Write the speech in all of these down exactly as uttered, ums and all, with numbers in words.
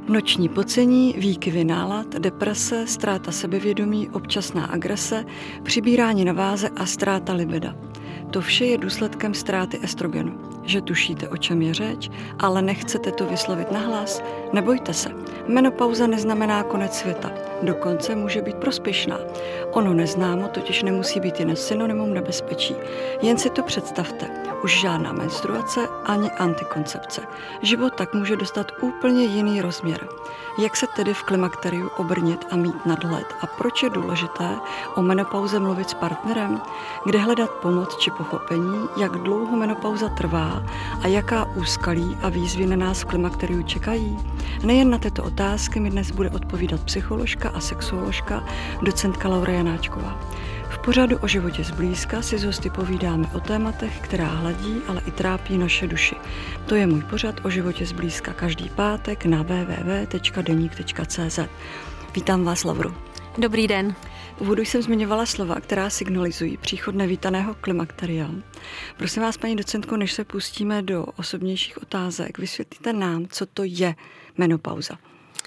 Noční pocení, výkyvy nálad, deprese, ztráta sebevědomí, občasná agrese, přibírání na váze a ztráta libida. To vše je důsledkem ztráty estrogenu. Že tušíte, o čem je řeč, ale nechcete to vyslovit nahlas? Nebojte se. Menopauza neznamená konec světa. Dokonce může být prospěšná. Ono neznámo totiž nemusí být jen synonymum nebezpečí. Jen si to představte. Už žádná menstruace ani antikoncepce. Život tak může dostat úplně jiný rozměr. Jak se tedy v klimakteriu obrnit a mít nadhled? A proč je důležité o menopauze mluvit s partnerem? Kde hledat pomoc či pochopení? Jak dlouho menopauza trvá? A jaká úskalí a výzvy na nás v klimakteriu čekají? Nejen na tyto otázky mi dnes bude odpovídat psycholožka a sexuoložka docentka Laura Janáčková. V pořadu O životě zblízka si s hosty povídáme o tématech, která hladí, ale i trápí naše duši. To je můj pořad O životě zblízka každý pátek na w w w tečka deník tečka c z. Vítám vás, Lauro. Dobrý den. V úvodu jsem zmiňovala slova, která signalizují příchod nevítaného klimakteria. Prosím vás, paní docentko, než se pustíme do osobnějších otázek, vysvětlíte nám, co to je menopauza.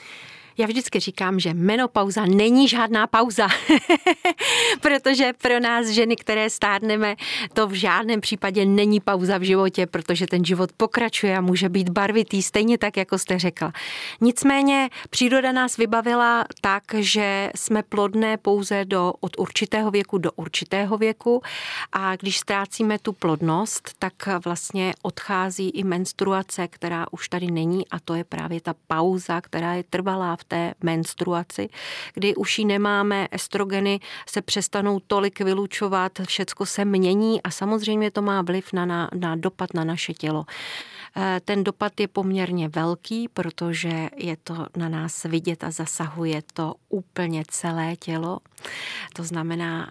Já vždycky říkám, že menopauza není žádná pauza, protože pro nás ženy, které stárneme, to v žádném případě není pauza v životě, protože ten život pokračuje a může být barvitý, stejně tak, jako jste řekla. Nicméně příroda nás vybavila tak, že jsme plodné pouze do, od určitého věku do určitého věku a když ztrácíme tu plodnost, tak vlastně odchází i menstruace, která už tady není a to je právě ta pauza, která je trvalá v té menstruaci, kdy už ji nemáme, estrogeny se přestanou tolik vylučovat, všecko se mění a samozřejmě to má vliv na, na, na dopad na naše tělo. Ten dopad je poměrně velký, protože je to na nás vidět a zasahuje to úplně celé tělo. To znamená,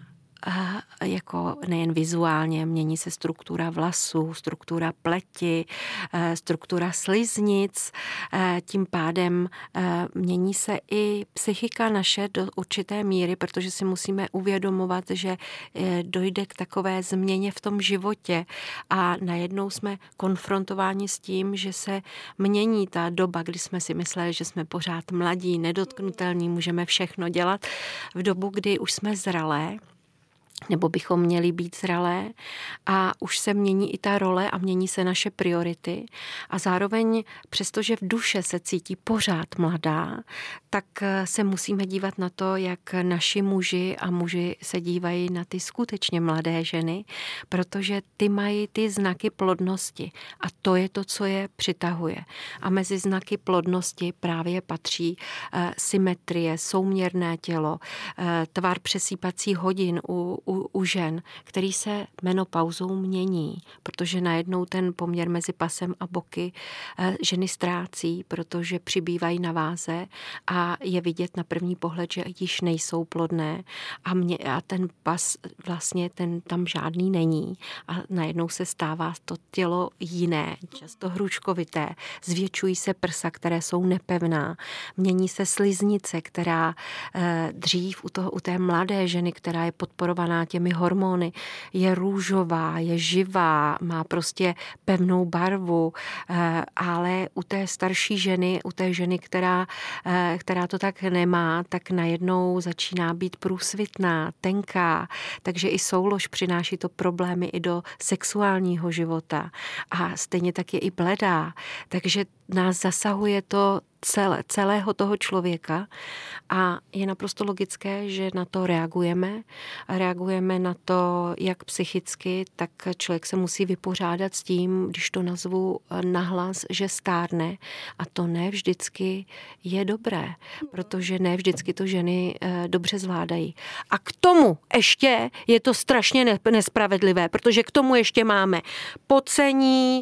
jako nejen vizuálně, mění se struktura vlasů, struktura pleti, struktura sliznic, tím pádem mění se i psychika naše do určité míry, protože si musíme uvědomovat, že dojde k takové změně v tom životě a najednou jsme konfrontováni s tím, že se mění ta doba, kdy jsme si mysleli, že jsme pořád mladí, nedotknutelní, můžeme všechno dělat, v dobu, kdy už jsme zralé, nebo bychom měli být zralé a už se mění i ta role a mění se naše priority a zároveň, přestože v duše se cítí pořád mladá, tak se musíme dívat na to, jak naši muži a muži se dívají na ty skutečně mladé ženy, protože ty mají ty znaky plodnosti a to je to, co je přitahuje. A mezi znaky plodnosti právě patří uh, symetrie, souměrné tělo, uh, tvar přesýpacích hodin u U, u žen, který se menopauzou mění, protože najednou ten poměr mezi pasem a boky ženy ztrácí, protože přibývají na váze a je vidět na první pohled, že již nejsou plodné a, mě, a ten pas vlastně ten tam žádný není a najednou se stává to tělo jiné, často hručkovité, zvětšují se prsa, které jsou nepevná, mění se sliznice, která eh, dřív u, toho, u té mladé ženy, která je podporovaná těmi hormony, je růžová, je živá, má prostě pevnou barvu, ale u té starší ženy, u té ženy, která, která to tak nemá, tak najednou začíná být průsvitná, tenká, takže i soulož přináší to problémy i do sexuálního života a stejně tak je i bledá, takže nás zasahuje to celé, celého toho člověka a je naprosto logické, že na to reagujeme. Reagujeme na to jak psychicky, tak člověk se musí vypořádat s tím, když to nazvu nahlas, že stárne a to ne vždycky je dobré, protože ne vždycky to ženy dobře zvládají. A k tomu ještě je to strašně nespravedlivé, protože k tomu ještě máme pocení,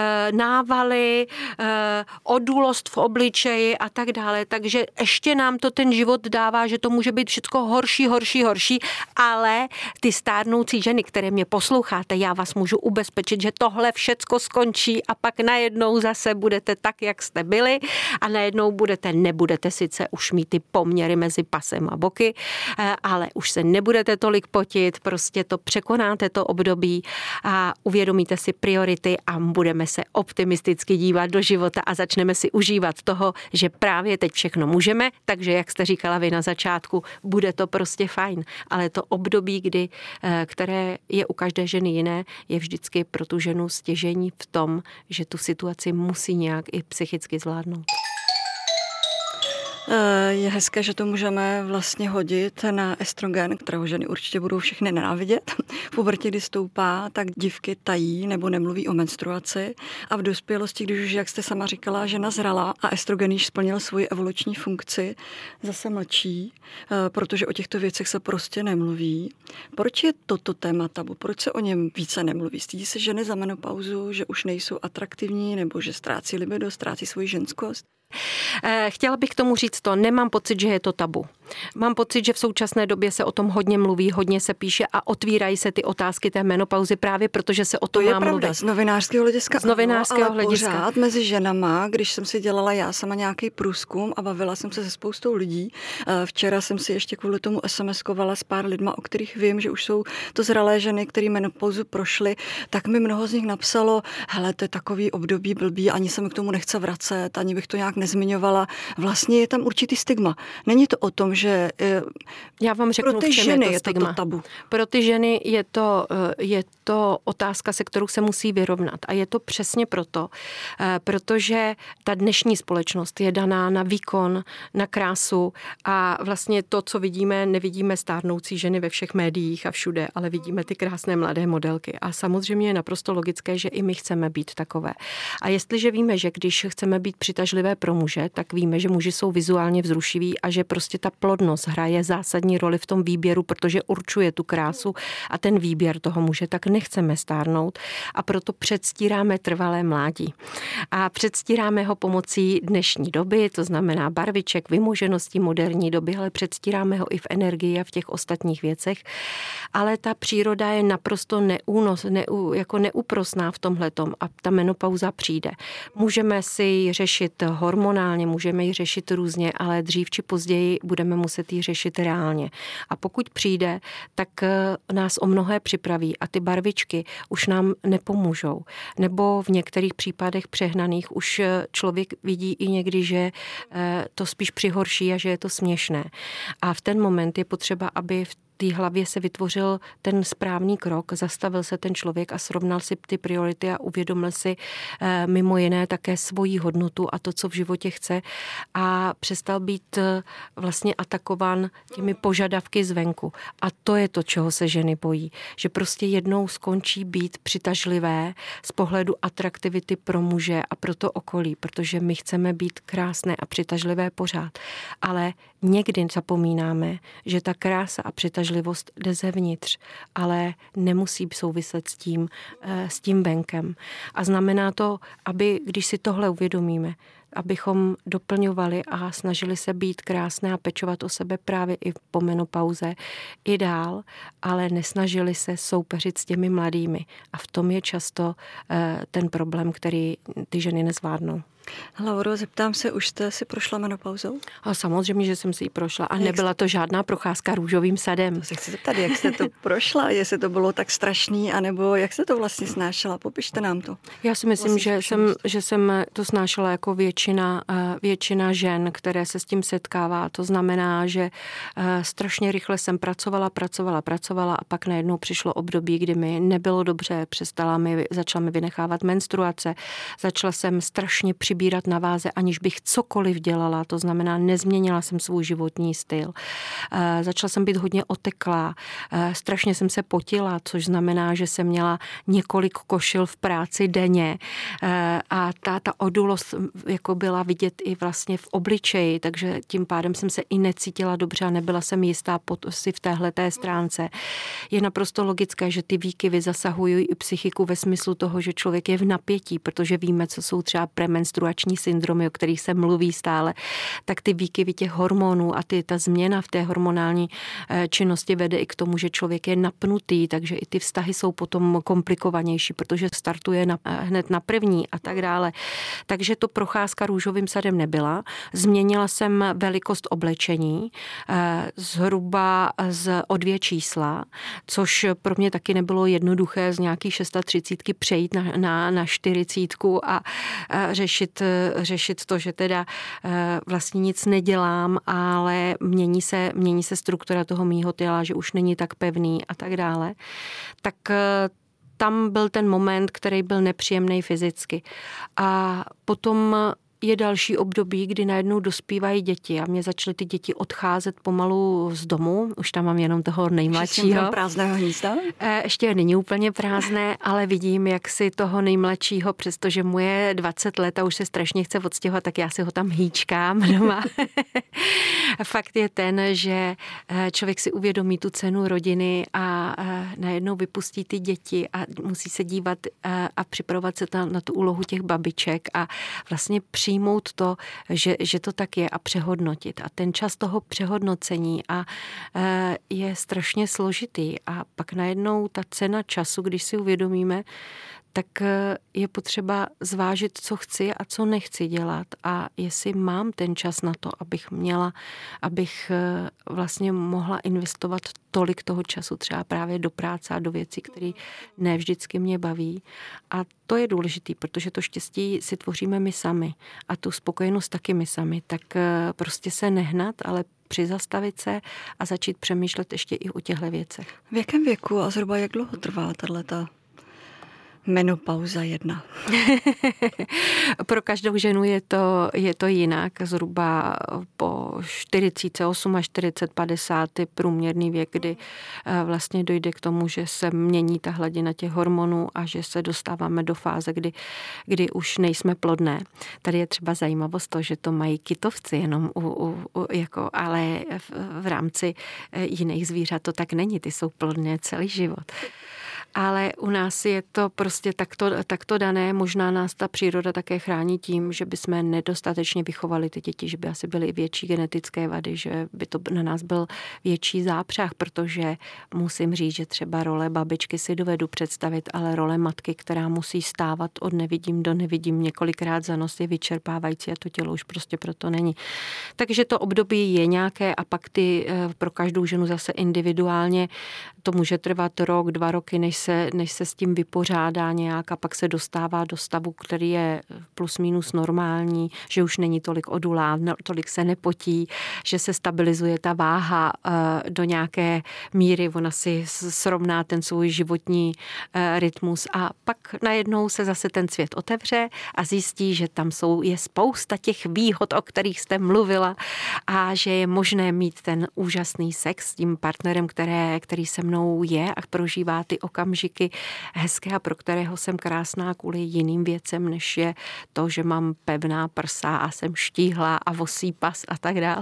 návaly, odulost v obličeji a tak dále. Takže ještě nám to ten život dává, že to může být všechno horší, horší, horší, ale ty stárnoucí ženy, které mě posloucháte, já vás můžu ubezpečit, že tohle všecko skončí a pak najednou zase budete tak, jak jste byli a najednou budete, nebudete sice už mít ty poměry mezi pasem a boky, ale už se nebudete tolik potit, prostě to překonáte to období a uvědomíte si priority a budeme se optimisticky dívat do života života a začneme si užívat toho, že právě teď všechno můžeme, takže jak jste říkala vy na začátku, bude to prostě fajn. Ale to období, kdy, které je u každé ženy jiné, je vždycky pro tu ženu stěžení v tom, že tu situaci musí nějak i psychicky zvládnout. Je hezké, že to můžeme vlastně hodit na estrogen, kterého ženy určitě budou všechny nenávidět. V pubertě, kdy stoupá, tak dívky tají nebo nemluví o menstruaci a v dospělosti, když už, jak jste sama říkala, žena zrala a estrogen již splnil svoji evoluční funkci, zase mlčí, protože o těchto věcech se prostě nemluví. Proč je toto téma tabu? Proč se o něm více nemluví? Stydí se ženy za menopauzu, že už nejsou atraktivní nebo že ztrácí libido, ztrácí svoji ženskost? Chtěla bych k tomu říct to, nemám pocit, že je to tabu. Mám pocit, že v současné době se o tom hodně mluví, hodně se píše a otvírají se ty otázky té menopauzy právě protože se o tom to má mluvit. To je pravda, z novinářského hlediska. Z novinářského ano, ale hlediska. Pořád mezi ženama, když jsem si dělala já sama nějaký průzkum a bavila jsem se se spoustou lidí. Včera jsem si ještě kvůli tomu SMSkovala s pár lidma, o kterých vím, že už jsou to zralé ženy, které menopauzu prošly, tak mi mnoho z nich napsalo, hele, to je takový období blbý, ani se mi k tomu nechce vracet, ani bych to nějak nezmiňovala. Vlastně je tam určitý stigma. Není to o tom, že já vám řeknu, pro ty v čem ženy je to je stigma. to tabu. Pro ty ženy je to, je to otázka, se kterou se musí vyrovnat. A je to přesně proto, protože ta dnešní společnost je daná na výkon, na krásu a vlastně to, co vidíme, nevidíme stárnoucí ženy ve všech médiích a všude, ale vidíme ty krásné mladé modelky. A samozřejmě je naprosto logické, že i my chceme být takové. A jestliže víme, že když chceme být přitažlivé pro muže, tak víme, že muži jsou vizuálně vzrušiví a že prostě ta plodnost hraje zásadní roli v tom výběru, protože určuje tu krásu a ten výběr toho muže, tak nechceme stárnout a proto předstíráme trvalé mládí. A předstíráme ho pomocí dnešní doby, to znamená barviček, vymožeností moderní doby, ale předstíráme ho i v energii a v těch ostatních věcech. Ale ta příroda je naprosto neúnos, neú, jako neúprosná v tomhletom a ta menopauza přijde. Můžeme si ji řešit hormonálně, můžeme ji řešit různě, ale dřív či později budeme muset ji řešit reálně. A pokud přijde, tak nás o mnohé připraví a ty barvičky už nám nepomůžou. Nebo v některých případech přehnaných už člověk vidí i někdy, že to spíš přihorší a že je to směšné. A v ten moment je potřeba, aby v té hlavě se vytvořil ten správný krok, zastavil se ten člověk a srovnal si ty priority a uvědomil si e, mimo jiné také svoji hodnotu a to, co v životě chce a přestal být e, vlastně atakován těmi požadavky zvenku. A to je to, čeho se ženy bojí. Že prostě jednou skončí být přitažlivé z pohledu atraktivity pro muže a pro to okolí, protože my chceme být krásné a přitažlivé pořád. Ale někdy zapomínáme, že ta krása a přitažlivost jde zevnitř, ale nemusí souviset s tím, s tím venkem. A znamená to, aby, když si tohle uvědomíme, abychom doplňovali a snažili se být krásné a pečovat o sebe právě i po menopauze, i dál, ale nesnažili se soupeřit s těmi mladými. A v tom je často ten problém, který ty ženy nezvládnou. Lauro, zeptám se, už jste si prošla menopauzou? A samozřejmě, že jsem si ji prošla a nebyla to žádná procházka růžovým sadem. To se chci zeptat, jak jste to prošla, jestli to bylo tak strašný, anebo jak jste to vlastně snášela, popište nám to. Já si myslím, vlastně že, jsem, že jsem to snášela jako většina, většina žen, které se s tím setkává. To znamená, že strašně rychle jsem pracovala, pracovala, pracovala a pak najednou přišlo období, kdy mi nebylo dobře, přestala mi, začala mi vynechávat menstruace, začala jsem strašně přibývat na váze, aniž bych cokoliv dělala, to znamená, nezměnila jsem svůj životní styl. E, začala jsem být hodně oteklá, e, strašně jsem se potila, což znamená, že jsem měla několik košil v práci denně e, a ta, ta odulost jako byla vidět i vlastně v obličeji, takže tím pádem jsem se i necítila dobře a nebyla jsem jistá si v téhleté stránce. Je naprosto logické, že ty výkyvy zasahují i psychiku ve smyslu toho, že člověk je v napětí, protože víme, co jsou třeba premenstruační syndromy, o kterých se mluví stále, tak ty výkyvy těch hormonů a ty, ta změna v té hormonální činnosti vede i k tomu, že člověk je napnutý, takže i ty vztahy jsou potom komplikovanější, protože startuje na, hned na první a tak dále. Takže to procházka růžovým sadem nebyla. Změnila jsem velikost oblečení zhruba z o dvě čísla, což pro mě taky nebylo jednoduché z nějakých třicet šest přejít na, na, na čtyřicítku a, a řešit řešit, řešit to, že teda vlastně nic nedělám, ale mění se, mění se struktura toho mýho těla, že už není tak pevný a tak dále, tak tam byl ten moment, který byl nepříjemný fyzicky. A potom je další období, kdy najednou dospívají děti a mě začaly ty děti odcházet pomalu z domu. Už tam mám jenom toho nejmladšího. Prázdného hnízda? Ještě není úplně prázdné, ale vidím, jak si toho nejmladšího, přestože mu je dvacet let a už se strašně chce odstěhovat, tak já si ho tam hýčkám doma. Fakt je ten, že člověk si uvědomí tu cenu rodiny a najednou vypustí ty děti a musí se dívat a připravovat se na tu úlohu těch babiček a vlastně přijmout to, že, že to tak je a přehodnotit. A ten čas toho přehodnocení a je strašně složitý. A pak najednou ta cena času, když si uvědomíme, tak je potřeba zvážit, co chci a co nechci dělat a jestli mám ten čas na to, abych měla, abych vlastně mohla investovat tolik toho času třeba právě do práce a do věcí, které ne vždycky mě baví. A to je důležitý, protože to štěstí si tvoříme my sami a tu spokojenost taky my sami. Tak prostě se nehnat, ale přizastavit se a začít přemýšlet ještě i o těchto věcech. V jakém věku a zhruba jak dlouho trvá tato menopauza jedna? Pro každou ženu je to, je to jinak. Zhruba po čtyřicet osm až čtyřicet padesát je průměrný věk, kdy vlastně dojde k tomu, že se mění ta hladina těch hormonů a že se dostáváme do fáze, kdy, kdy už nejsme plodné. Tady je třeba zajímavost to, že to mají kytovci jenom, u, u, u, jako, ale v, v rámci jiných zvířat to tak není. Ty jsou plodné celý život. Ale u nás je to prostě takto, takto dané. Možná nás ta příroda také chrání tím, že bychom nedostatečně vychovali ty děti, že by asi byly větší genetické vady, že by to na nás byl větší zápřah, protože musím říct, že třeba role babičky si dovedu představit, ale role matky, která musí stávat od nevidím do nevidím několikrát za nos, je vyčerpávající a to tělo už prostě proto není. Takže to období je nějaké a pak ty pro každou ženu zase individuálně to může trvat rok, dva roky, než se, než se s tím vypořádá nějak a pak se dostává do stavu, který je plus minus normální, že už není tolik odulá, tolik se nepotí, že se stabilizuje ta váha do nějaké míry, ona si srovná ten svůj životní rytmus a pak najednou se zase ten svět otevře a zjistí, že tam jsou, je spousta těch výhod, o kterých jste mluvila a že je možné mít ten úžasný sex s tím partnerem, které, který se mnou je a prožívá ty okamžiky hezké a pro kterého jsem krásná kvůli jiným věcem, než je to, že mám pevná prsa a jsem štíhlá a vosí pas a tak dále.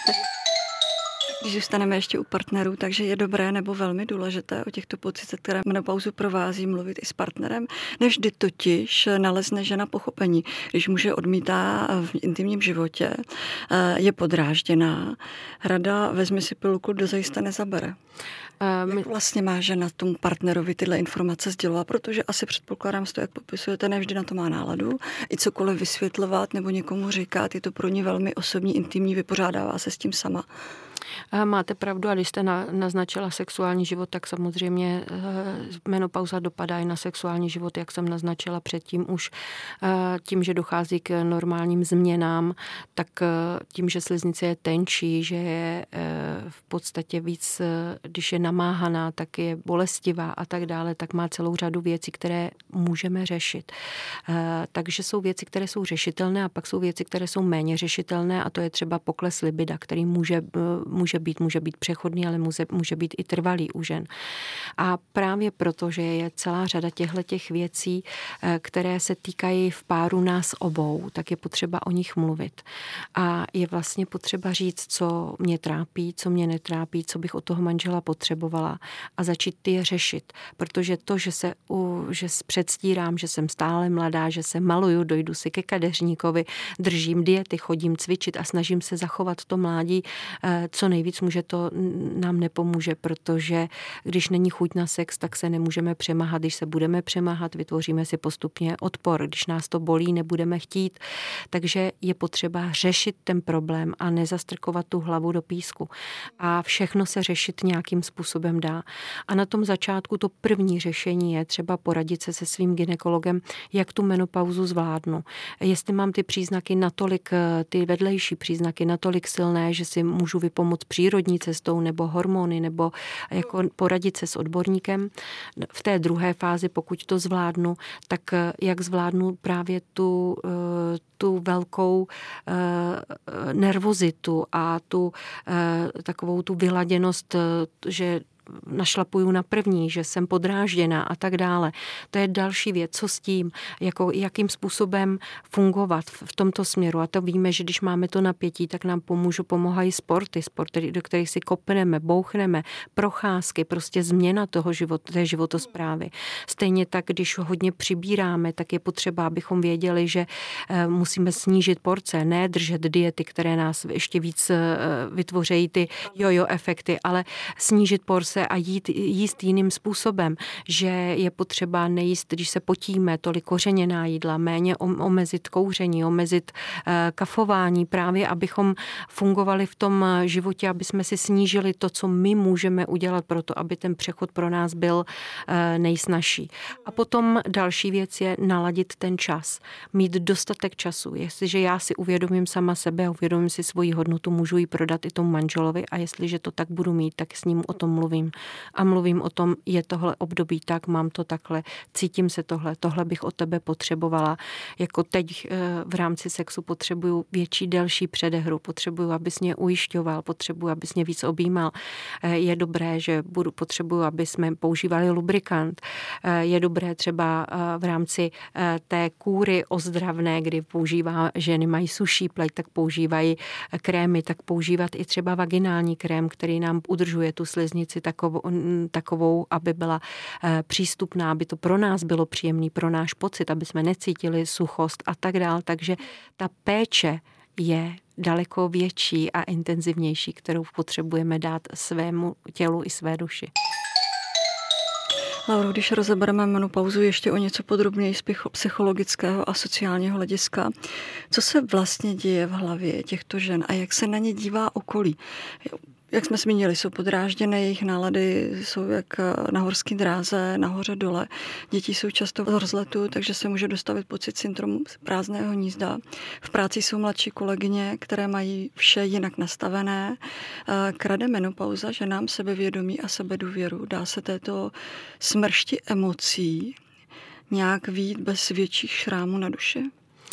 Když zůstaneme ještě u partnerů, takže je dobré nebo velmi důležité o těchto pocitech, které menopauzu provází, mluvit i s partnerem. Nevždy totiž nalezne žena pochopení. Když muže odmítá v intimním životě, je podrážděná, rada vezmi si pilulku, dozajista nezabere. Um, Jak vlastně má žena tomu partnerovi tyhle informace sdělovat, protože asi předpokládám z toho, jak popisujete, nevždy na to má náladu, i cokoliv vysvětlovat nebo někomu říkat, je to pro ní velmi osobní, intimní, vypořádává se s tím sama. Máte pravdu a když jste na, naznačila sexuální život, tak samozřejmě menopauza dopadá i na sexuální život, jak jsem naznačila předtím už tím, že dochází k normálním změnám, tak tím, že sliznice je tenčí, že je v podstatě víc, když je namáhaná, tak je bolestivá a tak dále, tak má celou řadu věcí, které můžeme řešit. Takže jsou věci, které jsou řešitelné a pak jsou věci, které jsou méně řešitelné a to je třeba pokles libida, který může může být, může být přechodný, ale může, může být i trvalý u žen. A právě proto, že je celá řada těchto věcí, které se týkají v páru nás obou, tak je potřeba o nich mluvit. A je vlastně potřeba říct, co mě trápí, co mě netrápí, co bych od toho manžela potřebovala a začít je řešit. Protože to, že se u, že předstírám, že jsem stále mladá, že se maluju, dojdu si ke kadeřníkovi, držím diety, chodím cvičit a snažím se zachovat to mládí co nejvíc navíc může to nám nepomůže, protože když není chuť na sex, tak se nemůžeme přemáhat. Když se budeme přemáhat, vytvoříme si postupně odpor. Když nás to bolí, nebudeme chtít. Takže je potřeba řešit ten problém a nezastrkovat tu hlavu do písku. A všechno se řešit nějakým způsobem dá. A na tom začátku to první řešení je třeba poradit se se svým gynekologem, jak tu menopauzu zvládnu. Jestli mám ty příznaky natolik, ty vedlejší příznaky natolik silné, že si můžu vypomoct přírodní cestou nebo hormony, nebo jako poradit se s odborníkem. V té druhé fázi, pokud to zvládnu, tak jak zvládnu právě tu, tu velkou nervozitu a tu takovou tu vyladěnost, že našlapuju na první, že jsem podrážděná a tak dále. To je další věc, co s tím, jako jakým způsobem fungovat v tomto směru. A to víme, že když máme to napětí, tak nám pomůžou, pomáhají sporty, sporty, do kterých si kopneme, bouchneme, procházky, prostě změna toho života, té životosprávy. Stejně tak, když hodně přibíráme, tak je potřeba, abychom věděli, že musíme snížit porce, ne držet diety, které nás ještě víc vytvořejí ty jojo efekty, ale snížit porce a jít, jíst jiným způsobem, že je potřeba nejíst, když se potíme, tolik kořeněná jídla, méně omezit kouření, omezit kafování, právě abychom fungovali v tom životě, aby jsme si snížili to, co my můžeme udělat pro to, aby ten přechod pro nás byl nejsnažší. A potom další věc je naladit ten čas, mít dostatek času. Jestliže já si uvědomím sama sebe a uvědomím si svoji hodnotu, můžu ji prodat i tomu manželovi a jestliže to tak budu mít, tak s ním o tom mluvím. A mluvím o tom, je tohle období tak, mám to takhle, cítím se tohle, tohle bych od tebe potřebovala. Jako teď v rámci sexu potřebuju větší, delší předehru, potřebuju, abys mě ujišťoval, potřebuju, abys mě víc objímal. Je dobré, že budu, potřebuju, aby jsme používali lubrikant. Je dobré třeba v rámci té kůry ozdravné, kdy používá, ženy mají suší pleť, tak používají krémy, tak používat i třeba vaginální krém, který nám udržuje tu sliznici takovou, takovou, aby byla přístupná, aby to pro nás bylo příjemný, pro náš pocit, aby jsme necítili suchost a tak dál. Takže ta péče je daleko větší a intenzivnější, kterou potřebujeme dát svému tělu i své duši. Lauro, když rozebereme menopauzu ještě o něco podrobněji z psychologického a sociálního hlediska, co se vlastně děje v hlavě těchto žen a jak se na ně dívá okolí? Jak jsme zmínili, jsou podrážděné, jejich nálady jsou jak na horské dráze, nahoře dole. Děti jsou často v rozletu, takže se může dostavit pocit syndromu prázdného hnízda. V práci jsou mladší kolegyně, které mají vše jinak nastavené. Krade menopauza ženám sebevědomí a sebedůvěru. Dá se této smršti emocí nějak vyjít bez větších šrámů na duši?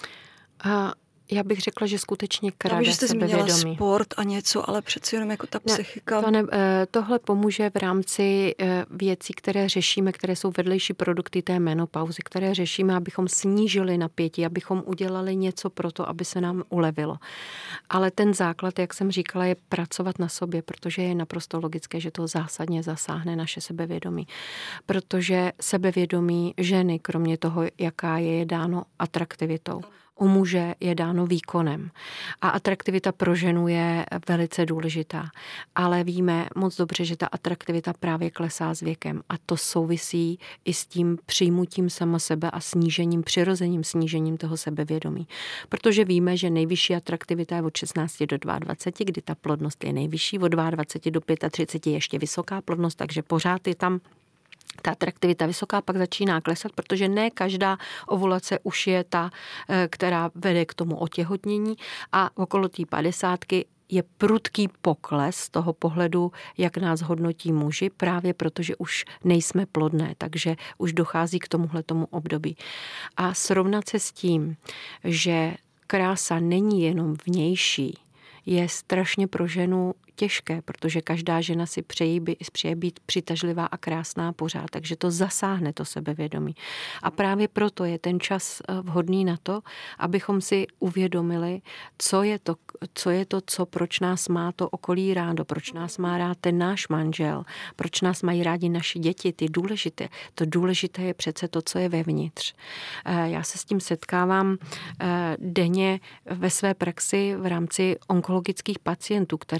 A já bych řekla, že skutečně krade sebevědomí. Já jste zmínila sport a něco, ale přeci jenom jako ta psychika. Ne, to ne, tohle pomůže v rámci věcí, které řešíme, které jsou vedlejší produkty té menopauzy, které řešíme, abychom snížili napětí, abychom udělali něco pro to, aby se nám ulevilo. Ale ten základ, jak jsem říkala, je pracovat na sobě, protože je naprosto logické, že to zásadně zasáhne naše sebevědomí. Protože sebevědomí ženy, kromě toho, jaká je, je dáno atraktivitou. U muže je dáno výkonem. A atraktivita pro ženu je velice důležitá. Ale víme moc dobře, že ta atraktivita právě klesá s věkem. A to souvisí i s tím přijmutím sama sebe a snížením, přirozeným snížením toho sebevědomí. Protože víme, že nejvyšší atraktivita je od šestnácti do dvaceti dvou, kdy ta plodnost je nejvyšší, od dvaceti dvou do třiceti pěti je ještě vysoká plodnost, takže pořád je tam ta atraktivita vysoká, pak začíná klesat, protože ne každá ovulace už je ta, která vede k tomu otěhotnění a okolo té padesátky je prudký pokles z toho pohledu, jak nás hodnotí muži, právě protože už nejsme plodné, takže už dochází k tomuhletomu období. A srovnat se s tím, že krása není jenom vnější, je strašně pro ženu těžké, protože každá žena si přejí, by, přeje být přitažlivá a krásná pořád, takže to zasáhne to sebevědomí. A právě proto je ten čas vhodný na to, abychom si uvědomili, co je to, co je to, co proč nás má to okolí rádo, proč nás má rád ten náš manžel, proč nás mají rádi naši děti, ty důležité. To důležité je přece to, co je vevnitř. Já se s tím setkávám denně ve své praxi v rámci onkologických pacientů, které se bojí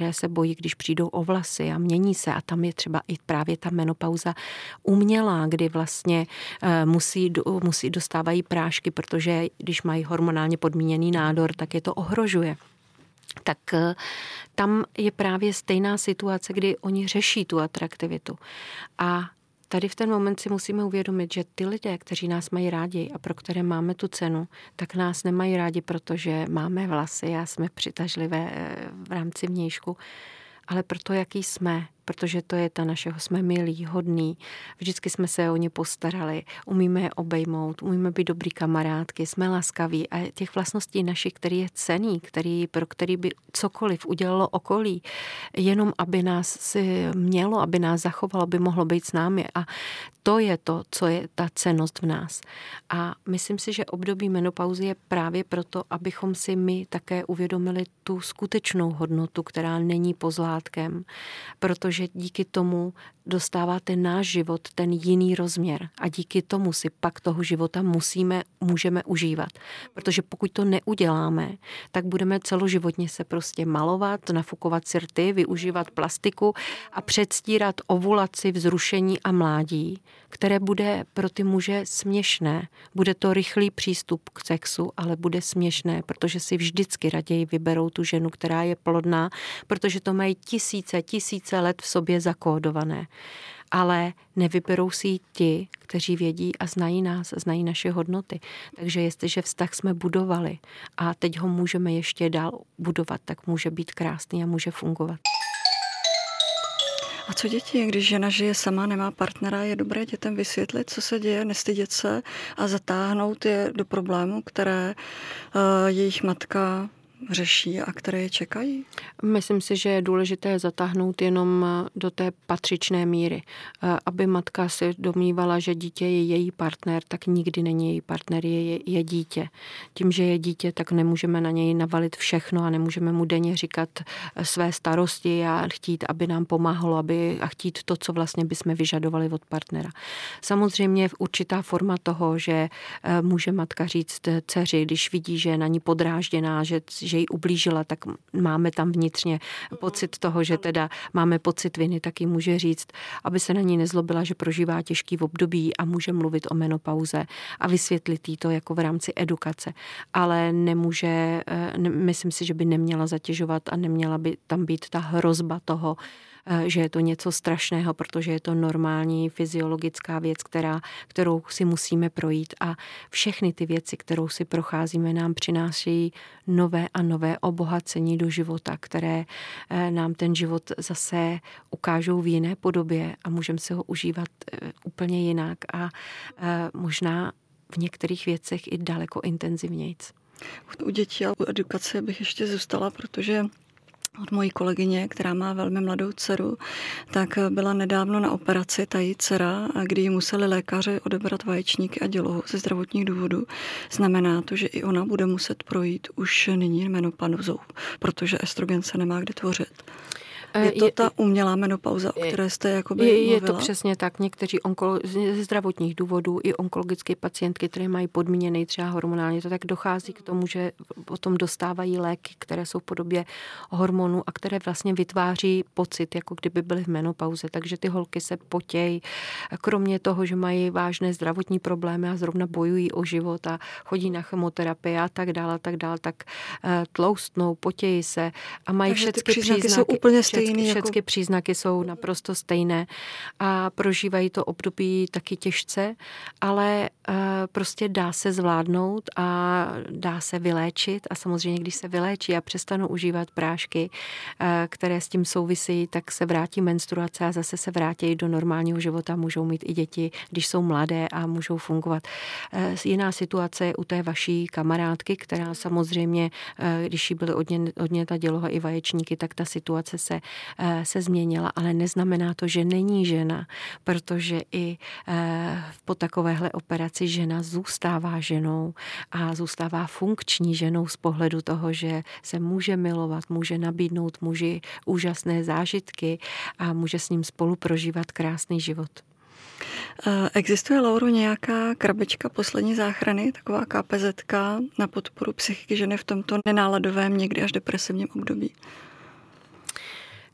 bojí, když přijdou o vlasy a mění se a tam je třeba i právě ta menopauza umělá, kdy vlastně musí, musí dostávají prášky, protože když mají hormonálně podmíněný nádor, tak je to ohrožuje. Tak tam je právě stejná situace, kdy oni řeší tu atraktivitu. A tady v ten moment si musíme uvědomit, že ty lidé, kteří nás mají rádi a pro které máme tu cenu, tak nás nemají rádi, protože máme vlasy a jsme přitažlivé v rámci vnějšku, ale proto, jaký jsme, protože to je ta našeho, jsme milí, hodný, vždycky jsme se o ně postarali, umíme je obejmout, umíme být dobrý kamarádky, jsme laskaví a těch vlastností našich, který je cenný, který, pro který by cokoliv udělalo okolí, jenom aby nás si mělo, aby nás zachovalo, aby mohlo být s námi a to je to, co je ta cennost v nás. A myslím si, že období menopauzy je právě proto, abychom si my také uvědomili tu skutečnou hodnotu, která není pozlátkem, protože že díky tomu dostává ten náš život ten jiný rozměr a díky tomu si pak toho života musíme, můžeme užívat. Protože pokud to neuděláme, tak budeme celoživotně se prostě malovat, nafukovat si rty, využívat plastiku a předstírat ovulaci, vzrušení a mládí, které bude pro ty muže směšné. Bude to rychlý přístup k sexu, ale bude směšné, protože si vždycky raději vyberou tu ženu, která je plodná, protože to mají tisíce, tisíce let v sobě zakódované. Ale nevyberou si ji ti, kteří vědí a znají nás, znají naše hodnoty. Takže jestliže vztah jsme budovali a teď ho můžeme ještě dál budovat, tak může být krásný a může fungovat. A co děti, když žena žije sama, nemá partnera, je dobré dětem vysvětlit, co se děje, nestydět se a zatáhnout je do problému, které uh, jejich matka řeší a které je čekají? Myslím si, že je důležité zatáhnout jenom do té patřičné míry. Aby matka si domnívala, že dítě je její partner, tak nikdy není její partner, je, je dítě. Tím, že je dítě, tak nemůžeme na něj navalit všechno a nemůžeme mu denně říkat své starosti a chtít, aby nám pomáhalo, aby, a chtít to, co vlastně bychom vyžadovali od partnera. Samozřejmě určitá forma toho, že může matka říct dceři, když vidí, že je na ní podrážděná, že že jí ublížila, tak máme tam vnitřně pocit toho, že teda máme pocit viny, tak jí může říct, aby se na ní nezlobila, že prožívá těžký období a může mluvit o menopauze a vysvětlit jí to jako v rámci edukace. Ale nemůže, myslím si, že by neměla zatěžovat a neměla by tam být ta hrozba toho, že je to něco strašného, protože je to normální fyziologická věc, která, kterou si musíme projít a všechny ty věci, kterou si procházíme, nám přinášejí nové a nové obohacení do života, které nám ten život zase ukážou v jiné podobě a můžeme si ho užívat úplně jinak a možná v některých věcech i daleko intenzivnějc. U dětí a u edukace bych ještě zůstala, protože od mojí kolegyně, která má velmi mladou dceru, tak byla nedávno na operaci ta její dcera, kdy jí museli lékaři odebrat vaječníky a dělohu ze zdravotních důvodů. Znamená to, že i ona bude muset projít už nyní menopauzou, protože estrogen se nemá kde tvořit. Je to ta umělá menopauza, o které jste jakoby mluvila? Je to přesně tak. Někteří onkolo, ze zdravotních důvodů i onkologické pacientky, které mají podmíněný třeba hormonálně, to tak dochází k tomu, že potom dostávají léky, které jsou v podobě hormonů a které vlastně vytváří pocit, jako kdyby byly v menopauze. Takže ty holky se potějí. Kromě toho, že mají vážné zdravotní problémy a zrovna bojují o život a chodí na chemoterapii a tak dále, a tak dále, tak tloustnou, potějí se a mají všechny všechny příznaky. příznaky jsou úplně stejné. Všechny jako... příznaky jsou naprosto stejné a prožívají to období taky těžce, ale prostě dá se zvládnout a dá se vyléčit a samozřejmě, když se vyléčí a přestanou užívat prášky, které s tím souvisí, tak se vrátí menstruace a zase se vrátí do normálního života, můžou mít i děti, když jsou mladé a můžou fungovat. Jiná situace je u té vaší kamarádky, která samozřejmě, když jí byly odněta děloha i vaječníky, tak ta situace se se změnila, ale neznamená to, že není žena, protože i po takovéhle operaci žena zůstává ženou a zůstává funkční ženou z pohledu toho, že se může milovat, může nabídnout muži úžasné zážitky a může s ním spolu prožívat krásný život. Existuje, Lauro, nějaká krabička poslední záchrany, taková ká pé zetka na podporu psychiky ženy v tomto nenáladovém, někdy až depresivním období?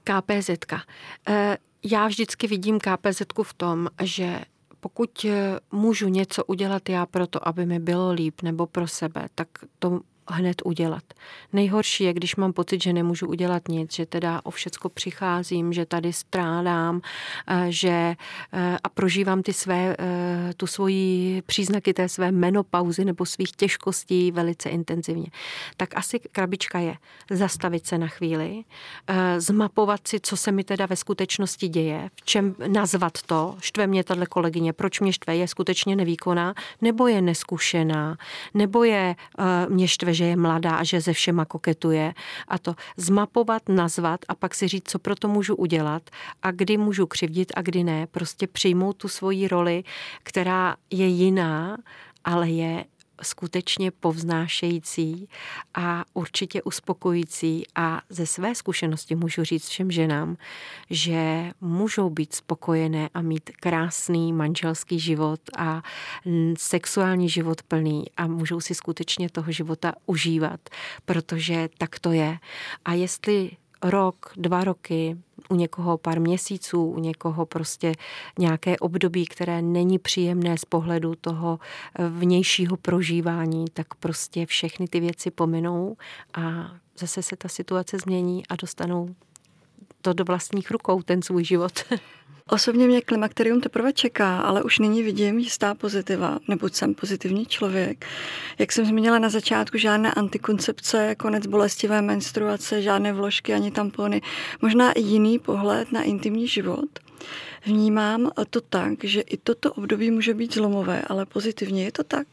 K P Z ka. Já vždycky vidím K P Z ku v tom, že pokud můžu něco udělat já pro to, aby mi bylo líp nebo pro sebe, tak to hned udělat. Nejhorší je, když mám pocit, že nemůžu udělat nic, že teda o všecko přicházím, že tady strádám, že a prožívám ty své, tu svoji příznaky té své menopauzy nebo svých těžkostí velice intenzivně. Tak asi krabička je zastavit se na chvíli, zmapovat si, co se mi teda ve skutečnosti děje, v čem nazvat to, štve mě tato kolegyně, proč mě štve, je skutečně nevýkonná, nebo je neskušená, nebo je mě štve, že je mladá a že ze všema koketuje a to zmapovat, nazvat a pak si říct, co pro to můžu udělat a kdy můžu křivdit a kdy ne. Prostě přijmout tu svoji roli, která je jiná, ale je skutečně povznášející a určitě uspokojící a ze své zkušenosti můžu říct všem ženám, že můžou být spokojené a mít krásný manželský život a sexuální život plný a můžou si skutečně toho života užívat, protože tak to je. A jestli rok, dva roky, u někoho pár měsíců, u někoho prostě nějaké období, které není příjemné z pohledu toho vnějšího prožívání, tak prostě všechny ty věci pominou a zase se ta situace změní a dostanou to do vlastních rukou, ten svůj život. Osobně mě klimakterium teprve čeká, ale už nyní vidím jistá pozitiva, neboť jsem pozitivní člověk. Jak jsem zmínila na začátku, žádné antikoncepce, konec bolestivé menstruace, žádné vložky ani tampony, možná i jiný pohled na intimní život. Vnímám to tak, že i toto období může být zlomové, ale pozitivně je to tak.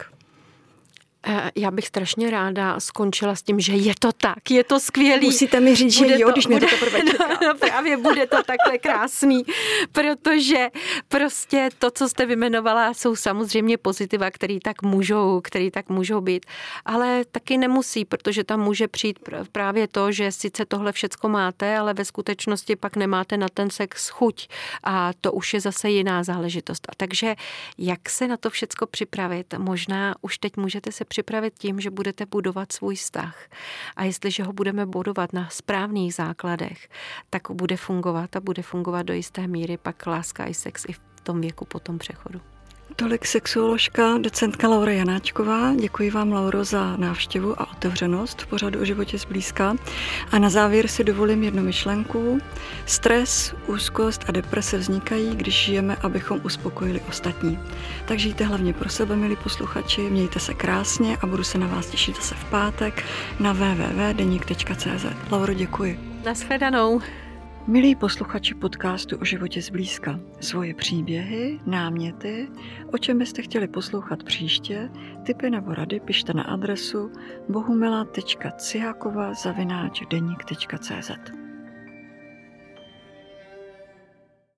Já bych strašně ráda skončila s tím, že je to tak, je to skvělý. Musíte mi říct, bude že jo, to, když mě bude, to teprve čeká. No, no právě bude to takhle krásný, protože prostě to, co jste vymenovala, jsou samozřejmě pozitiva, který tak můžou, který tak můžou být, ale taky nemusí, protože tam může přijít právě to, že sice tohle všecko máte, ale ve skutečnosti pak nemáte na ten sex chuť a to už je zase jiná záležitost. A takže jak se na to všecko připravit? Možná už teď můžete se připravit tím, že budete budovat svůj vztah. A jestliže ho budeme budovat na správných základech, tak bude fungovat a bude fungovat do jisté míry pak láska i sex i v tom věku po tom přechodu. Tolik sexuoložka, docentka Laura Janáčková. Děkuji vám, Lauro, za návštěvu a otevřenost v pořadu O životě zblízka. A na závěr si dovolím jednu myšlenku. Stres, úzkost a deprese vznikají, když žijeme, abychom uspokojili ostatní. Tak žijte hlavně pro sebe, milí posluchači, mějte se krásně a budu se na vás těšit zase v pátek na w w w tečka denik tečka c z. Lauro, děkuji. Nashledanou. Milí posluchači podcastu O životě zblízka, svoje příběhy, náměty, o čem byste chtěli poslouchat příště, tipy nebo rady pište na adresu bohumila tečka ciháková zavináč denik tečka c z.